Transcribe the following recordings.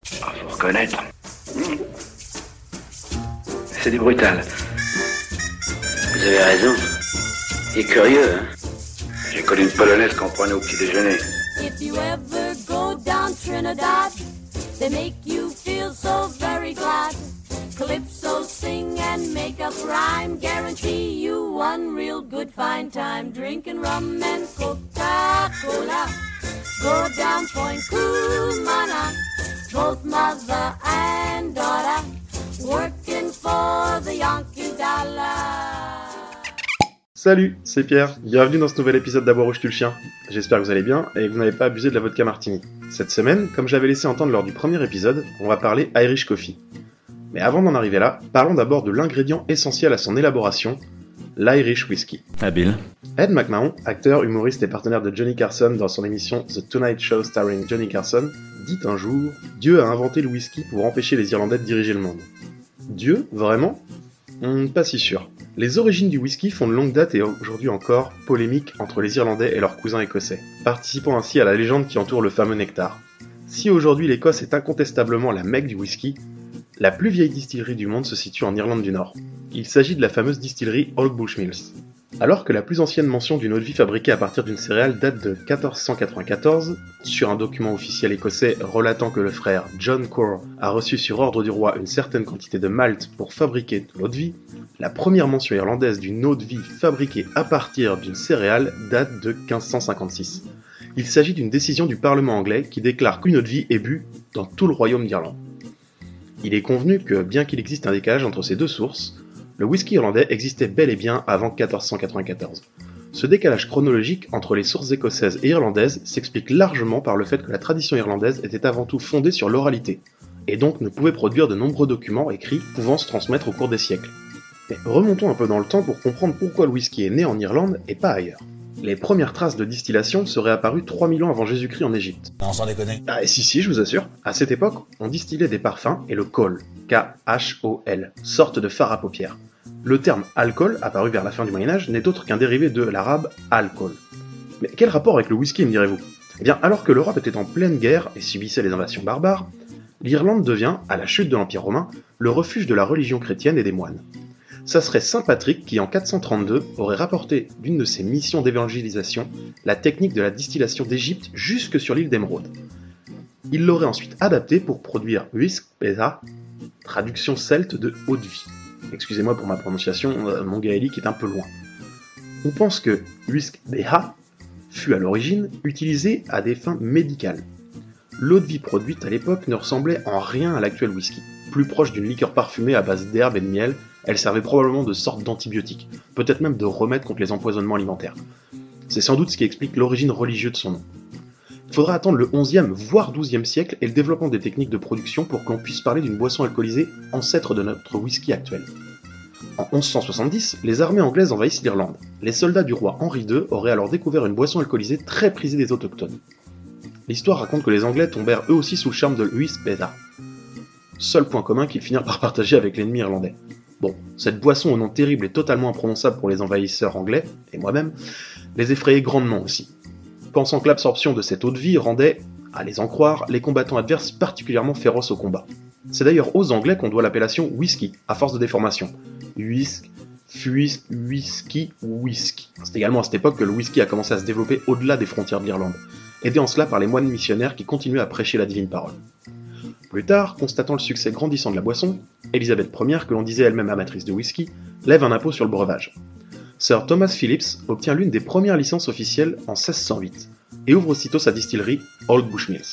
Ah, faut reconnaître. C'est du brutal. Vous avez raison. Il est curieux, hein. J'ai connu une polonaise qu'on prenait au petit déjeuner. If you ever go down Trinidad, they make you feel so very glad. Calypso sing and make up rhyme, guarantee you one real good fine time. Drinking rum and Coca-Cola, go down Point Cumana, both mother and daughter, working for the Yankee dollar. Salut, c'est Pierre, bienvenue dans ce nouvel épisode d'À boire ou je tue le chien. J'espère que vous allez bien et que vous n'avez pas abusé de la vodka martini. Cette semaine, comme je l'avais laissé entendre lors du premier épisode, on va parler Irish Coffee. Mais avant d'en arriver là, parlons d'abord de l'ingrédient essentiel à son élaboration, l'Irish Whiskey. Habile. Ed McMahon, acteur, humoriste et partenaire de Johnny Carson dans son émission The Tonight Show starring Johnny Carson, dit un jour « Dieu a inventé le whisky pour empêcher les Irlandais de diriger le monde. » Dieu, vraiment ? Pas si sûr. Les origines du whisky font de longue date et aujourd'hui encore polémique entre les Irlandais et leurs cousins écossais, participant ainsi à la légende qui entoure le fameux nectar. Si aujourd'hui l'Écosse est incontestablement la Mecque du whisky, la plus vieille distillerie du monde se situe en Irlande du Nord. Il s'agit de la fameuse distillerie Old Bushmills. Alors que la plus ancienne mention d'une eau-de-vie fabriquée à partir d'une céréale date de 1494, sur un document officiel écossais relatant que le frère John Core a reçu sur ordre du roi une certaine quantité de malt pour fabriquer de l'eau-de-vie, la première mention irlandaise d'une eau-de-vie fabriquée à partir d'une céréale date de 1556. Il s'agit d'une décision du Parlement anglais qui déclare qu'une eau-de-vie est bue dans tout le royaume d'Irlande. Il est convenu que, bien qu'il existe un décalage entre ces deux sources, le whisky irlandais existait bel et bien avant 1494. Ce décalage chronologique entre les sources écossaises et irlandaises s'explique largement par le fait que la tradition irlandaise était avant tout fondée sur l'oralité, et donc ne pouvait produire de nombreux documents écrits pouvant se transmettre au cours des siècles. Mais remontons un peu dans le temps pour comprendre pourquoi le whisky est né en Irlande et pas ailleurs. Les premières traces de distillation seraient apparues 3000 ans avant Jésus-Christ en Égypte. Non, sans déconner. Ah si, je vous assure. À cette époque, on distillait des parfums et le khol, K-H-O-L, sorte de fard à paupières. Le terme alcool, apparu vers la fin du Moyen-Âge, n'est autre qu'un dérivé de l'arabe alcool. Mais quel rapport avec le whisky, me direz-vous ? Eh bien, alors que l'Europe était en pleine guerre et subissait les invasions barbares, l'Irlande devient, à la chute de l'Empire romain, le refuge de la religion chrétienne et des moines. Ça serait Saint Patrick qui, en 432, aurait rapporté d'une de ses missions d'évangélisation la technique de la distillation d'Égypte jusque sur l'île d'Émeraude. Il l'aurait ensuite adaptée pour produire Uisg Beatha, traduction celte de eau-de-vie. Excusez-moi pour ma prononciation, mon gaélique est un peu loin. On pense que Uisg Beatha fut à l'origine utilisé à des fins médicales. L'eau-de-vie produite à l'époque ne ressemblait en rien à l'actuel whisky. Plus proche d'une liqueur parfumée à base d'herbes et de miel, elle servait probablement de sorte d'antibiotique, peut-être même de remède contre les empoisonnements alimentaires. C'est sans doute ce qui explique l'origine religieuse de son nom. Il faudra attendre le 11e voire 12e siècle et le développement des techniques de production pour que l'on puisse parler d'une boisson alcoolisée ancêtre de notre whisky actuel. En 1170, les armées anglaises envahissent l'Irlande. Les soldats du roi Henri II auraient alors découvert une boisson alcoolisée très prisée des autochtones. L'histoire raconte que les Anglais tombèrent eux aussi sous le charme de l'Uisg Beatha. Seul point commun qu'ils finirent par partager avec l'ennemi irlandais. Bon, cette boisson au nom terrible et totalement imprononçable pour les envahisseurs anglais, et moi-même, les effrayait grandement aussi. Pensant que l'absorption de cette eau-de-vie rendait, à les en croire, les combattants adverses particulièrement féroces au combat. C'est d'ailleurs aux Anglais qu'on doit l'appellation whisky, à force de déformation. Whisk, fuisque, whisky, whisky. C'est également à cette époque que le whisky a commencé à se développer au-delà des frontières de l'Irlande, aidé en cela par les moines missionnaires qui continuaient à prêcher la divine parole. Plus tard, constatant le succès grandissant de la boisson, Élisabeth Ier, que l'on disait elle-même amatrice de whisky, lève un impôt sur le breuvage. Sir Thomas Phillips obtient l'une des premières licences officielles en 1608, et ouvre aussitôt sa distillerie Old Bushmills.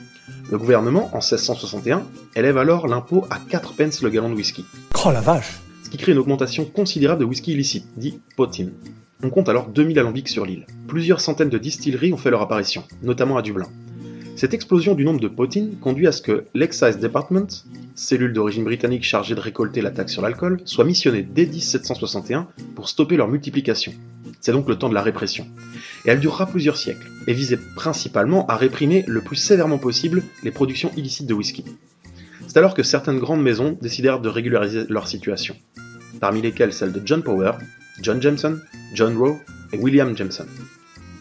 Le gouvernement, en 1661, élève alors l'impôt à 4 pence le gallon de whisky. Oh la vache. Ce qui crée une augmentation considérable de whisky illicite, dit potin. On compte alors 2000 alambics sur l'île. Plusieurs centaines de distilleries ont fait leur apparition, notamment à Dublin. Cette explosion du nombre de potines conduit à ce que l'Excise Department, cellule d'origine britannique chargée de récolter la taxe sur l'alcool, soit missionnée dès 1761 pour stopper leur multiplication. C'est donc le temps de la répression. Et elle durera plusieurs siècles, et visait principalement à réprimer le plus sévèrement possible les productions illicites de whisky. C'est alors que certaines grandes maisons décidèrent de régulariser leur situation, parmi lesquelles celle de John Power, John Jameson, John Rowe et William Jameson.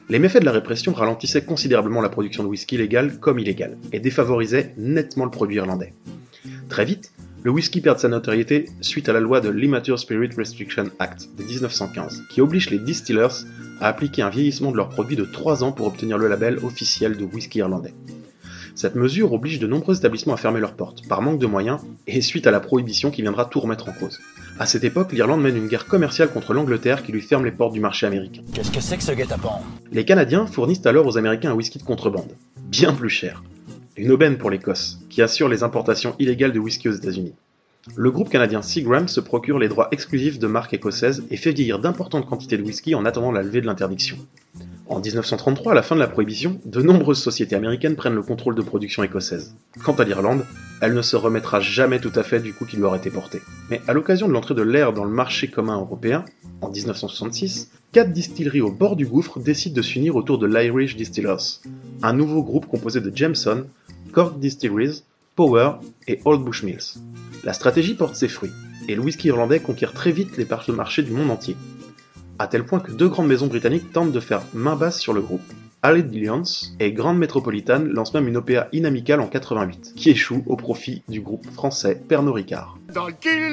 Les méfaits de la répression ralentissaient considérablement la production de whisky légale comme illégale, et défavorisaient nettement le produit irlandais. Très vite, le whisky perd sa notoriété suite à la loi de l'Immature Spirit Restriction Act de 1915, qui oblige les distillers à appliquer un vieillissement de leurs produits de 3 ans pour obtenir le label officiel de whisky irlandais. Cette mesure oblige de nombreux établissements à fermer leurs portes, par manque de moyens, et suite à la prohibition qui viendra tout remettre en cause. À cette époque, l'Irlande mène une guerre commerciale contre l'Angleterre qui lui ferme les portes du marché américain. Qu'est-ce que c'est que ce guet-apens ? Les Canadiens fournissent alors aux Américains un whisky de contrebande, bien plus cher. Une aubaine pour l'Écosse, qui assure les importations illégales de whisky aux États-Unis. Le groupe canadien Seagram se procure les droits exclusifs de marques écossaises et fait vieillir d'importantes quantités de whisky en attendant la levée de l'interdiction. En 1933, à la fin de la prohibition, de nombreuses sociétés américaines prennent le contrôle de production écossaise. Quant à l'Irlande, elle ne se remettra jamais tout à fait du coup qui lui aurait été porté. Mais à l'occasion de l'entrée de l'air dans le marché commun européen, en 1966, 4 distilleries au bord du gouffre décident de s'unir autour de l'Irish Distillers, un nouveau groupe composé de Jameson, Cork Distilleries, Power et Old Bushmills. La stratégie porte ses fruits, et le whisky irlandais conquiert très vite les parts de marché du monde entier. À tel point que 2 grandes maisons britanniques tentent de faire main basse sur le groupe. Allied Alliance et Grand Metropolitan lancent même une OPA inamicale en 88, qui échoue au profit du groupe français Pernod Ricard. Dans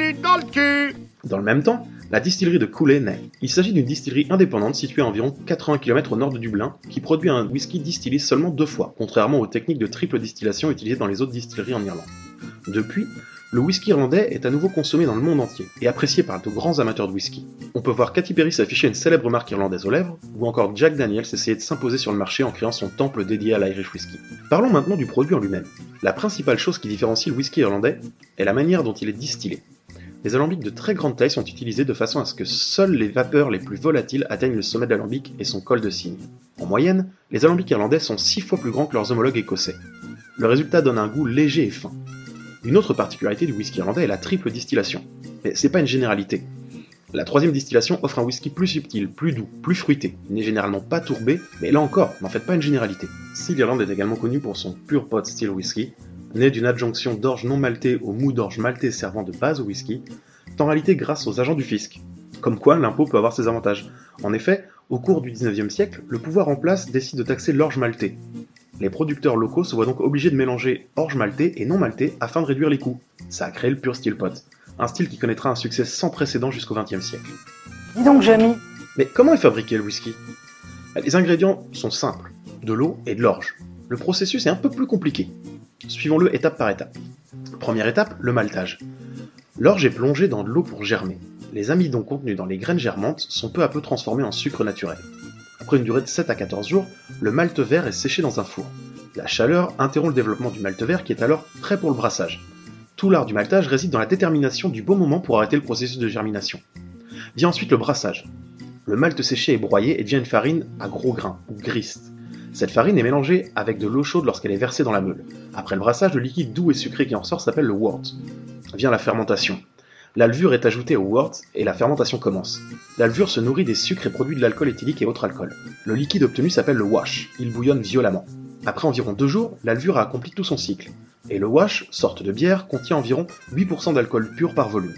le même temps, la distillerie de Cooley naît. Il s'agit d'une distillerie indépendante située à environ 80 km au nord de Dublin, qui produit un whisky distillé seulement 2 fois, contrairement aux techniques de triple distillation utilisées dans les autres distilleries en Irlande. Depuis, le whisky irlandais est à nouveau consommé dans le monde entier, et apprécié par de grands amateurs de whisky. On peut voir Katy Perry s'afficher une célèbre marque irlandaise aux lèvres, ou encore Jack Daniels essayer de s'imposer sur le marché en créant son temple dédié à l'Irish whisky. Parlons maintenant du produit en lui-même. La principale chose qui différencie le whisky irlandais est la manière dont il est distillé. Les alambics de très grande taille sont utilisés de façon à ce que seules les vapeurs les plus volatiles atteignent le sommet de l'alambic et son col de cygne. En moyenne, les alambics irlandais sont 6 fois plus grands que leurs homologues écossais. Le résultat donne un goût léger et fin. Une autre particularité du whisky irlandais est la triple distillation. Mais c'est pas une généralité. La 3e distillation offre un whisky plus subtil, plus doux, plus fruité. Il n'est généralement pas tourbé, mais là encore, n'en faites pas une généralité. Si l'Irlande est également connue pour son pure pot still whisky, né d'une adjonction d'orge non maltée au mou d'orge maltais servant de base au whisky, c'est en réalité grâce aux agents du fisc. Comme quoi, l'impôt peut avoir ses avantages. En effet, au cours du 19e siècle, le pouvoir en place décide de taxer l'orge maltais. Les producteurs locaux se voient donc obligés de mélanger orge maltais et non maltais afin de réduire les coûts. Ça a créé le pure still pot, un style qui connaîtra un succès sans précédent jusqu'au XXe siècle. Dis donc, Jamie. Mais comment est fabriqué le whisky ? Les ingrédients sont simples, de l'eau et de l'orge. Le processus est un peu plus compliqué. Suivons-le étape par étape. Première étape, le maltage. L'orge est plongée dans de l'eau pour germer. Les amidons contenus dans les graines germantes sont peu à peu transformés en sucre naturel. Après une durée de 7 à 14 jours, le malt vert est séché dans un four. La chaleur interrompt le développement du malt vert qui est alors prêt pour le brassage. Tout l'art du maltage réside dans la détermination du bon moment pour arrêter le processus de germination. Vient ensuite le brassage. Le malt séché est broyé et devient une farine à gros grains, ou grist. Cette farine est mélangée avec de l'eau chaude lorsqu'elle est versée dans la meule. Après le brassage, le liquide doux et sucré qui en sort s'appelle le wort. Vient la fermentation. La levure est ajoutée au wort et la fermentation commence. La levure se nourrit des sucres et produit de l'alcool éthylique et autres alcools. Le liquide obtenu s'appelle le wash, il bouillonne violemment. Après environ 2 jours, la levure a accompli tout son cycle. Et le wash, sorte de bière, contient environ 8% d'alcool pur par volume.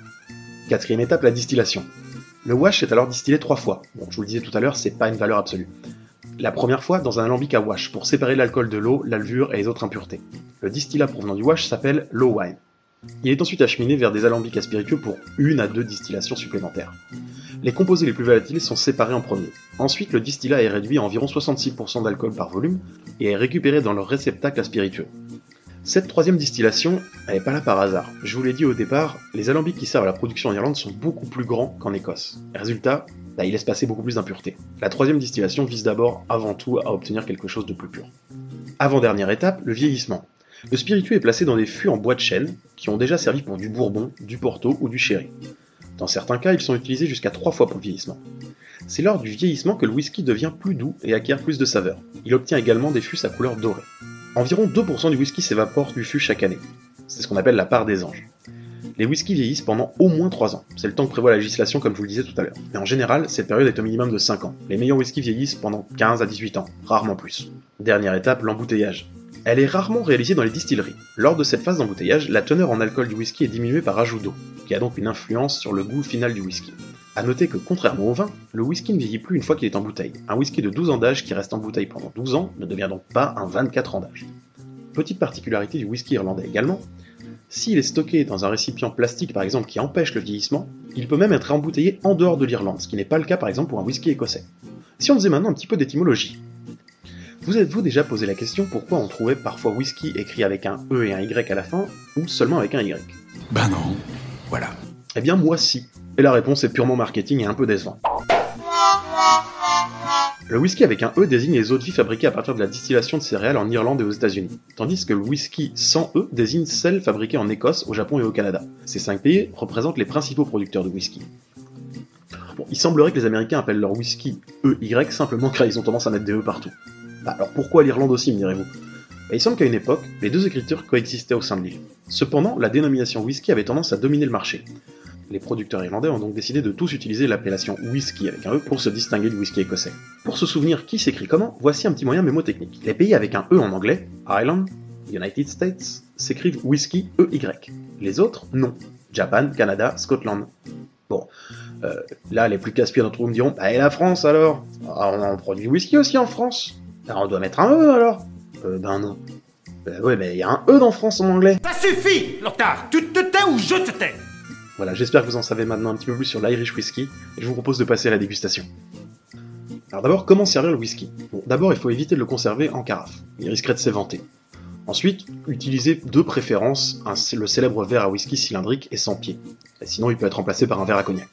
4e étape, la distillation. Le wash est alors distillé 3 fois. Bon, je vous le disais tout à l'heure, c'est pas une valeur absolue. La première fois dans un alambic à wash pour séparer l'alcool de l'eau, la levure et les autres impuretés. Le distillat provenant du wash s'appelle low wine. Il est ensuite acheminé vers des alambics à spiritueux pour 1 à 2 distillations supplémentaires. Les composés les plus volatiles sont séparés en premier. Ensuite, le distillat est réduit à environ 66% d'alcool par volume et est récupéré dans leur réceptacle à spiritueux. Cette 3e distillation, elle n'est pas là par hasard. Je vous l'ai dit au départ, les alambics qui servent à la production en Irlande sont beaucoup plus grands qu'en Écosse. Résultat, il laisse passer beaucoup plus d'impuretés. La 3e distillation vise d'abord, avant tout, à obtenir quelque chose de plus pur. Avant-dernière étape, le vieillissement. Le spiritueux est placé dans des fûts en bois de chêne, qui ont déjà servi pour du bourbon, du porto ou du sherry. Dans certains cas, ils sont utilisés jusqu'à 3 fois pour le vieillissement. C'est lors du vieillissement que le whisky devient plus doux et acquiert plus de saveur. Il obtient également des fûts à couleur dorée. Environ 2% du whisky s'évapore du fût chaque année. C'est ce qu'on appelle la part des anges. Les whiskies vieillissent pendant au moins 3 ans. C'est le temps que prévoit la législation comme je vous le disais tout à l'heure. Mais en général, cette période est au minimum de 5 ans. Les meilleurs whiskies vieillissent pendant 15 à 18 ans, rarement plus. Dernière étape, l'embouteillage. Elle est rarement réalisée dans les distilleries. Lors de cette phase d'embouteillage, la teneur en alcool du whisky est diminuée par ajout d'eau, qui a donc une influence sur le goût final du whisky. A noter que contrairement au vin, le whisky ne vieillit plus une fois qu'il est en bouteille. Un whisky de 12 ans d'âge qui reste en bouteille pendant 12 ans ne devient donc pas un 24 ans d'âge. Petite particularité du whisky irlandais également, s'il est stocké dans un récipient plastique par exemple qui empêche le vieillissement, il peut même être embouteillé en dehors de l'Irlande, ce qui n'est pas le cas par exemple pour un whisky écossais. Si on faisait maintenant un petit peu d'étymologie, vous êtes-vous déjà posé la question pourquoi on trouvait parfois whisky écrit avec un E et un Y à la fin, ou seulement avec un Y? Ben non, voilà. Eh bien moi si, et la réponse est purement marketing et un peu décevant. Le whisky avec un E désigne les eaux-de-vie fabriquées à partir de la distillation de céréales en Irlande et aux États-Unis, tandis que le whisky sans E désigne celles fabriquées en Écosse, au Japon et au Canada. Ces 5 pays représentent les principaux producteurs de whisky. Bon, il semblerait que les Américains appellent leur whisky EY simplement car ils ont tendance à mettre des E partout. Bah, alors pourquoi l'Irlande aussi, me direz-vous? Il semble qu'à une époque, les deux écritures coexistaient au sein de l'île. Cependant, la dénomination whisky avait tendance à dominer le marché. Les producteurs irlandais ont donc décidé de tous utiliser l'appellation whisky avec un E pour se distinguer du whisky écossais. Pour se souvenir qui s'écrit comment, voici un petit moyen mémotechnique. Les pays avec un E en anglais, Ireland, United States, s'écrivent whisky EY. Les autres, non. Japan, Canada, Scotland. Bon, là les plus casse-pieds d'entre vous me diront, et la France alors? On produit whisky aussi en France. On doit mettre un E alors? Ben non. Ouais, mais il y a un E dans France en anglais. Ça suffit, Loctard. Tu te tais ou je te tais. Voilà, j'espère que vous en savez maintenant un petit peu plus sur l'Irish Whisky, et je vous propose de passer à la dégustation. Alors d'abord, comment servir le whisky? Bon, d'abord, il faut éviter de le conserver en carafe, il risquerait de s'éventer. Ensuite, utilisez de préférence le célèbre verre à whisky cylindrique et sans pied. Et sinon, il peut être remplacé par un verre à cognac.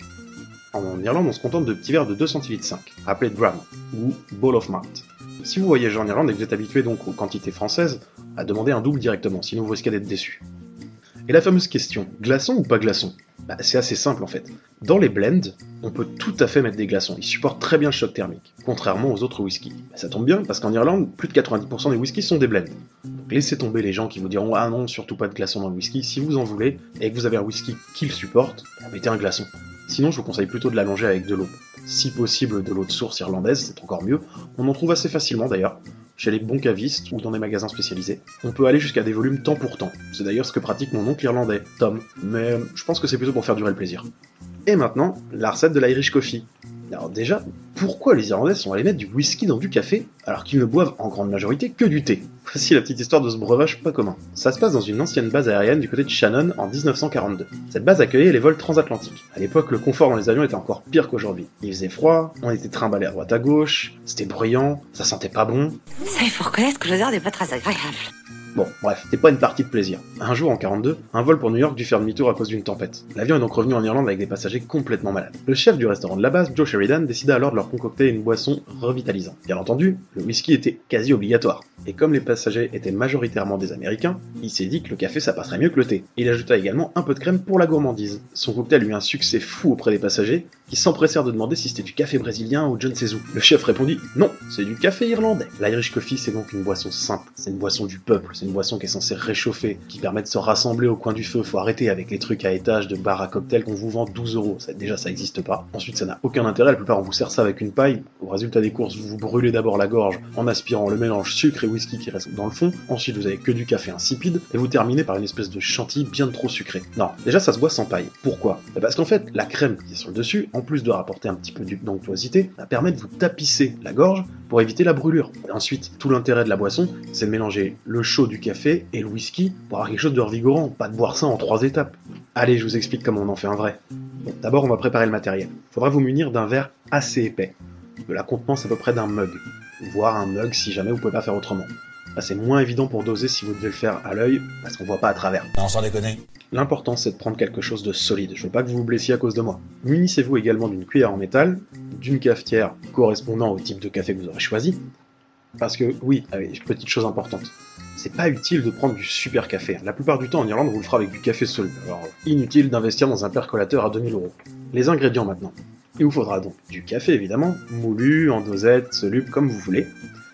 En Irlande, on se contente de petits verres de 2 centilitres 5, appelés dram, ou ball of malt. Si vous voyagez en Irlande et que vous êtes habitué donc aux quantités françaises, à demander un double directement, sinon vous risquez d'être déçu. Et la fameuse question, glaçon ou pas glaçon? Bah, c'est assez simple en fait. Dans les blends, on peut tout à fait mettre des glaçons, ils supportent très bien le choc thermique, contrairement aux autres whiskies. Bah, ça tombe bien, parce qu'en Irlande, plus de 90% des whiskies sont des blends. Donc laissez tomber les gens qui vous diront « Ah non, surtout pas de glaçons dans le whisky », si vous en voulez, et que vous avez un whisky qui le supporte, bah, mettez un glaçon. Sinon, je vous conseille plutôt de l'allonger avec de l'eau. Si possible, de l'eau de source irlandaise, c'est encore mieux. On en trouve assez facilement d'ailleurs, chez les bons cavistes ou dans des magasins spécialisés. On peut aller jusqu'à des volumes temps pour temps. C'est d'ailleurs ce que pratique mon oncle irlandais, Tom, mais je pense que c'est plutôt pour faire durer le plaisir. Et maintenant, la recette de l'Irish Coffee. Alors déjà, pourquoi les Irlandais sont allés mettre du whisky dans du café alors qu'ils ne boivent en grande majorité que du thé? Voici la petite histoire de ce breuvage pas commun. Ça se passe dans une ancienne base aérienne du côté de Shannon en 1942. Cette base accueillait les vols transatlantiques. À l'époque, le confort dans les avions était encore pire qu'aujourd'hui. Il faisait froid, on était trimballés à droite à gauche, c'était bruyant, ça sentait pas bon. Ça, il faut reconnaître que l'odeur n'est pas très agréable. Bon, bref, c'était pas une partie de plaisir. Un jour, en 42, un vol pour New York dut faire demi-tour à cause d'une tempête. L'avion est donc revenu en Irlande avec des passagers complètement malades. Le chef du restaurant de la base, Joe Sheridan, décida alors de leur concocter une boisson revitalisante. Bien entendu, le whisky était quasi obligatoire. Et comme les passagers étaient majoritairement des Américains, il s'est dit que le café ça passerait mieux que le thé. Il ajouta également un peu de crème pour la gourmandise. Son cocktail eut un succès fou auprès des passagers, qui s'empressèrent de demander si c'était du café brésilien ou je ne sais où. Le chef répondit « Non, c'est du café irlandais ». L'Irish Coffee c'est donc une boisson simple, c'est une boisson du peuple, c'est une boisson qui est censée réchauffer, qui permet de se rassembler au coin du feu. Faut arrêter avec les trucs à étage de bar à cocktail qu'on vous vend 12€. Déjà ça existe pas. Ensuite ça n'a aucun intérêt, la plupart on vous sert ça avec une paille. Au résultat des courses, vous vous brûlez d'abord la gorge en aspirant le mélange sucre et whisky qui reste dans le fond. Ensuite vous avez que du café insipide et vous terminez par une espèce de chantilly bien trop sucré. Non, déjà ça se boit sans paille. Pourquoi? Parce qu'en fait, la crème qui est sur le dessus, en plus de rapporter un petit peu d'onctuosité, permet de vous tapisser la gorge pour éviter la brûlure. Et ensuite, tout l'intérêt de la boisson, c'est de mélanger le chaud du café et le whisky pour avoir quelque chose de revigorant, pas de boire ça en 3 étapes. Allez, je vous explique comment on en fait un vrai. Bon, d'abord, on va préparer le matériel. Il faudra vous munir d'un verre assez épais, de la contenance à peu près d'un mug, voire un mug si jamais vous pouvez pas faire autrement. Là, c'est moins évident pour doser si vous devez le faire à l'œil, parce qu'on voit pas à travers. Non, sans déconner. L'important, c'est de prendre quelque chose de solide. Je veux pas que vous vous blessiez à cause de moi. Munissez-vous également d'une cuillère en métal, d'une cafetière correspondant au type de café que vous aurez choisi. Parce que, oui, petite chose importante, c'est pas utile de prendre du super café. La plupart du temps en Irlande, vous le ferez avec du café soluble. Alors, inutile d'investir dans un percolateur à 2000€. Les ingrédients maintenant. Il vous faudra donc du café évidemment, moulu, en dosette, soluble, comme vous voulez.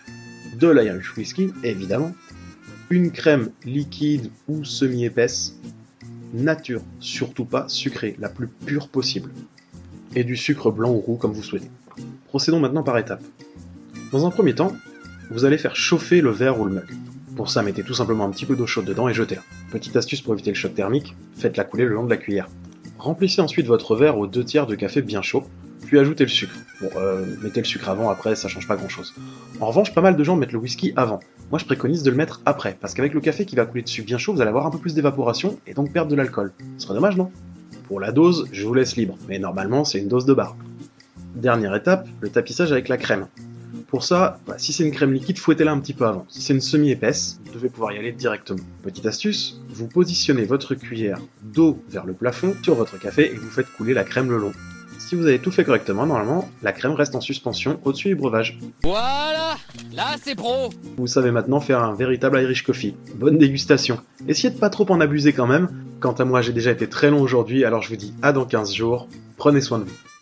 De l'Irish Whisky, évidemment. Une crème liquide ou semi-épaisse. Nature, surtout pas sucrée, la plus pure possible. Et du sucre blanc ou roux comme vous souhaitez. Procédons maintenant par étapes. Dans un premier temps, vous allez faire chauffer le verre ou le mug. Pour ça, mettez tout simplement un petit peu d'eau chaude dedans et jetez-la. Petite astuce pour éviter le choc thermique, faites-la couler le long de la cuillère. Remplissez ensuite votre verre aux 2/3 de café bien chaud, puis ajoutez le sucre. Bon, mettez le sucre avant, après, ça change pas grand chose. En revanche, pas mal de gens mettent le whisky avant. Moi, je préconise de le mettre après, parce qu'avec le café qui va couler dessus bien chaud, vous allez avoir un peu plus d'évaporation et donc perdre de l'alcool. Ce serait dommage, non? Pour la dose, je vous laisse libre, mais normalement, c'est une dose de bar. Dernière étape, le tapissage avec la crème. Pour ça, si c'est une crème liquide, fouettez-la un petit peu avant. Si c'est une semi-épaisse, vous devez pouvoir y aller directement. Petite astuce, vous positionnez votre cuillère dos vers le plafond sur votre café et vous faites couler la crème le long. Si vous avez tout fait correctement, normalement, la crème reste en suspension au-dessus du breuvage. Voilà! Là, c'est pro! Vous savez maintenant faire un véritable Irish Coffee. Bonne dégustation. Essayez de pas trop en abuser quand même. Quant à moi, j'ai déjà été très long aujourd'hui, alors je vous dis à dans 15 jours. Prenez soin de vous.